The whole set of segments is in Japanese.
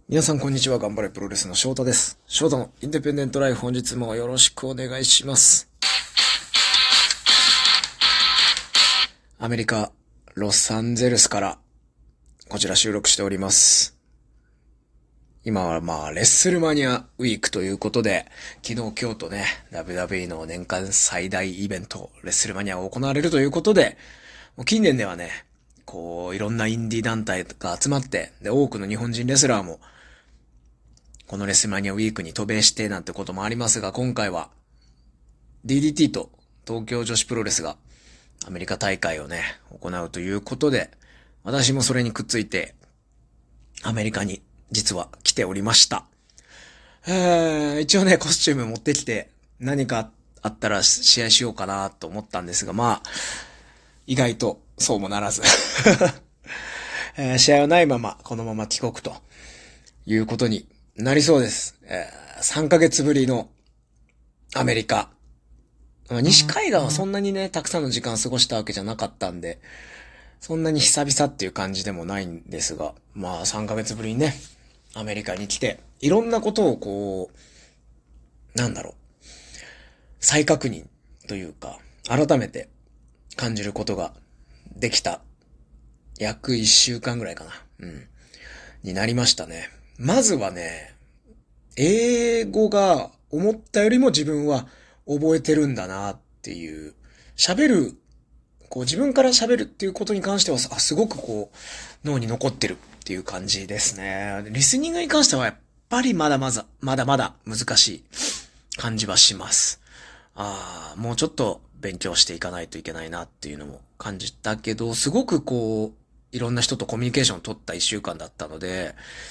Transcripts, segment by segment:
皆さんこんにちは。頑張れプロレスの翔太です。翔太のインディペンデントライフ、本日もよろしくお願いします。アメリカ、ロサンゼルスからこちら収録しております。今はレッスルマニアウィークということで、昨日今日とね、WWE の年間最大イベント、レッスルマニアが行われるということで、もう近年ではね、いろんなインディー団体が集まって、で、多くの日本人レスラーもこのレスマニアウィークに渡米してなんてこともありますが、今回は DDT と東京女子プロレスがアメリカ大会をね、行うということで、私もそれにくっついてアメリカに実は来ておりました。一応ね、コスチューム持ってきて何かあったら試合しようかなと思ったんですが、意外とそうもならず、試合はないままこのまま帰国ということになりそうです。3ヶ月ぶりのアメリカ。西海岸はそんなにね、たくさんの時間過ごしたわけじゃなかったんで、そんなに久々っていう感じでもないんですが、3ヶ月ぶりにね、アメリカに来て、いろんなことを再確認というか、改めて感じることができた。約1週間ぐらいかな。になりましたね。まずはね、英語が思ったよりも自分は覚えてるんだなっていう、自分から喋るっていうことに関しては、すごく脳に残ってるっていう感じですね。リスニングに関してはやっぱりまだまだ難しい感じはします。もうちょっと勉強していかないといけないなっていうのも感じたけど、すごくいろんな人とコミュニケーションを取った一週間だったので、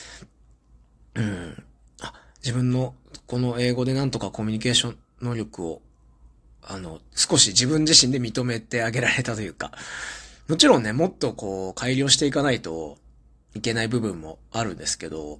自分のこの英語でなんとかコミュニケーション能力を、少し自分自身で認めてあげられたというか、もちろんね、もっと改良していかないといけない部分もあるんですけど、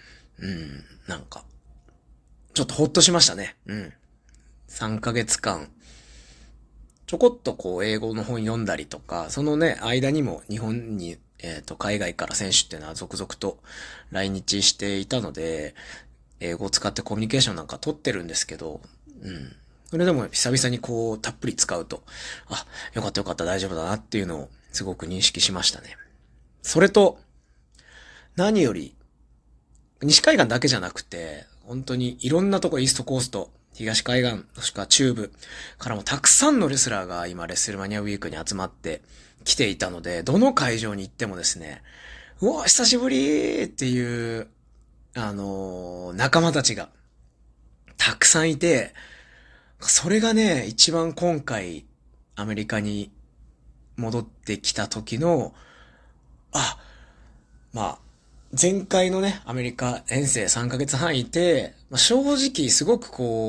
ちょっとほっとしましたね。3ヶ月間、ちょこっと英語の本読んだりとか、そのね、間にも日本に、海外から選手っていうのは続々と来日していたので、英語を使ってコミュニケーションなんか取ってるんですけど、それでも久々にたっぷり使うと、よかった大丈夫だなっていうのをすごく認識しましたね。それと、何より、西海岸だけじゃなくて、本当にいろんなところ、イーストコースト、東海岸、もしくは中部からもたくさんのレスラーが今レッスルマニアウィークに集まってきていたので、どの会場に行ってもですね、うわ、久しぶりっていう、仲間たちがたくさんいて、それがね、一番今回アメリカに戻ってきた時の、あ、まあ、前回のね、アメリカ遠征3ヶ月半いて、正直すごく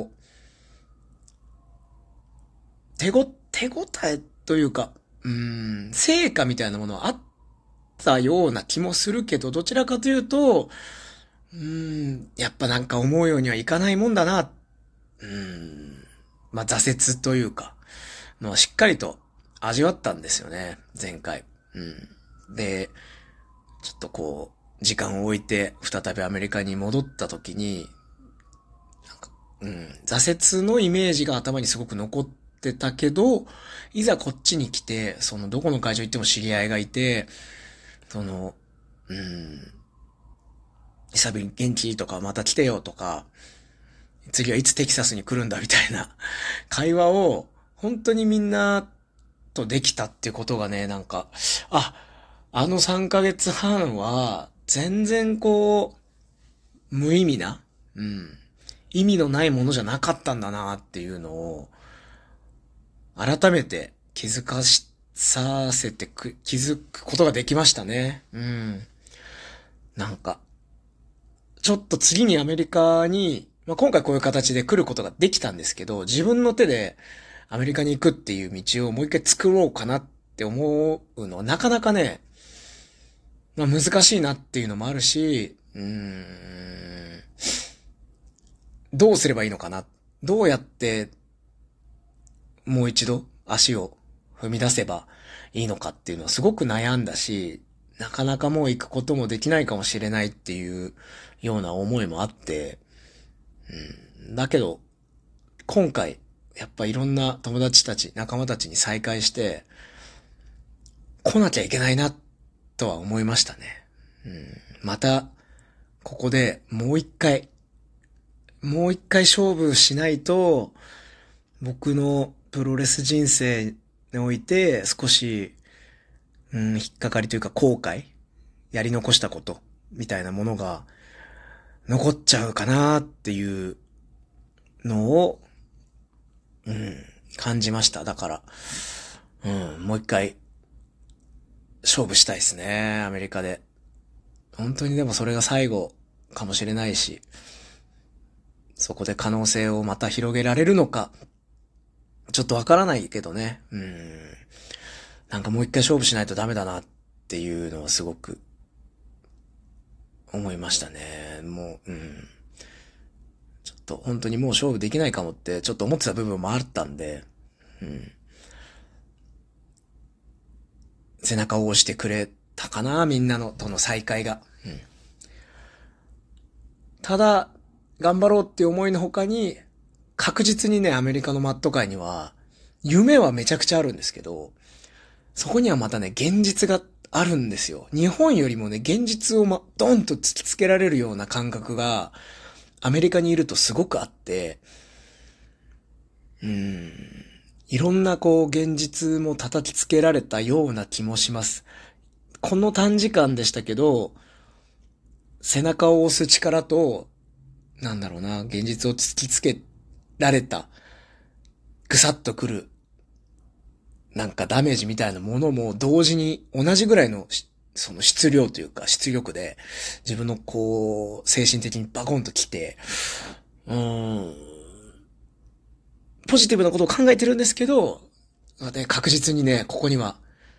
手応えというか、成果みたいなものはあったような気もするけど、どちらかというと、やっぱなんか思うようにはいかないもんだな、挫折というか、のはしっかりと味わったんですよね、前回。で、ちょっと時間を置いて、再びアメリカに戻った時に、挫折のイメージが頭にすごく残ってたけど、いざこっちに来て、どこの会場行っても知り合いがいて、久々に現地とかまた来てよとか、次はいつテキサスに来るんだみたいな会話を本当にみんなとできたっていうことがね、あの3ヶ月半は全然無意味な、意味のないものじゃなかったんだなっていうのを改めて気づくことができましたね。ちょっと次にアメリカに、今回こういう形で来ることができたんですけど、自分の手でアメリカに行くっていう道をもう一回作ろうかなって思うのはなかなかね、難しいなっていうのもあるし、どうすればいいのかな。どうやってもう一度足を踏み出せばいいのかっていうのはすごく悩んだし、 なかなかもう行くこともできないかもしれないっていうような思いもあって、だけど、今回、やっぱいろんな友達たち、仲間たちに再会して、来なきゃいけないな、とは思いましたね。また、ここでもう一回勝負しないと、僕のプロレス人生において少し、引っかかりというか後悔、やり残したこと、みたいなものが残っちゃうかなっていうのを、感じました。だから、もう一回、勝負したいですね、アメリカで。本当にでもそれが最後かもしれないし、そこで可能性をまた広げられるのか、ちょっとわからないけどね。なんかもう一回勝負しないとダメだなっていうのはすごく思いましたね。もう、ちょっと本当にもう勝負できないかもってちょっと思ってた部分もあったんで、背中を押してくれたかな、みんなのとの再会が。ただ、頑張ろうっていう思いの他に、確実にね、アメリカのマット界には、夢はめちゃくちゃあるんですけど、そこにはまたね、現実があるんですよ。日本よりもね、現実をドンと突きつけられるような感覚が、アメリカにいるとすごくあって、いろんな現実も叩きつけられたような気もします。この短時間でしたけど、背中を押す力と、現実を突きつけられた、ぐさっとくる、ダメージみたいなものも同時に同じぐらいのその質量というか出力で自分の精神的にバコンと来て、ポジティブなことを考えてるんですけど、確実にね、ここには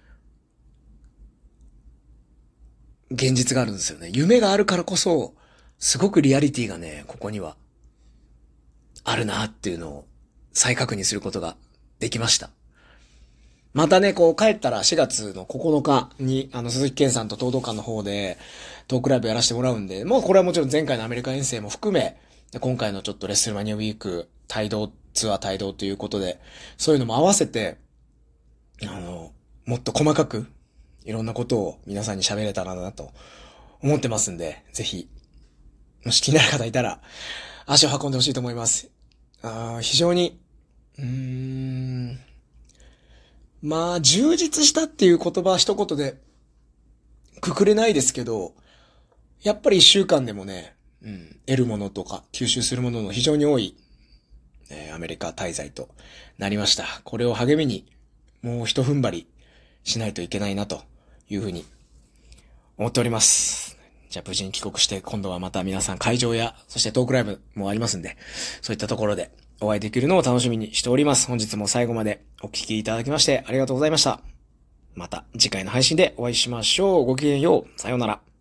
現実があるんですよね。夢があるからこそ、すごくリアリティがね、ここにはあるなっていうのを再確認することができました。またね、帰ったら4月の9日に、鈴木健さんと東道館の方でトークライブやらせてもらうんで、もうこれはもちろん前回のアメリカ遠征も含め、今回のちょっとレッスルマニアウィークツアー帯同ということで、そういうのも合わせて、もっと細かく、いろんなことを皆さんに喋れたらなと思ってますんで、ぜひ、もし気になる方いたら、足を運んでほしいと思います。非常に、充実したっていう言葉は一言でくくれないですけど、やっぱり1週間でもね、得るものとか吸収するものの非常に多い、アメリカ滞在となりました。これを励みに、もう一踏ん張りしないといけないなというふうに思っております。じゃあ無事に帰国して今度はまた皆さん会場や、そしてトークライブもありますんで、そういったところでお会いできるのを楽しみにしております。本日も最後までお聞きいただきましてありがとうございました。また次回の配信でお会いしましょう。ごきげんよう。さようなら。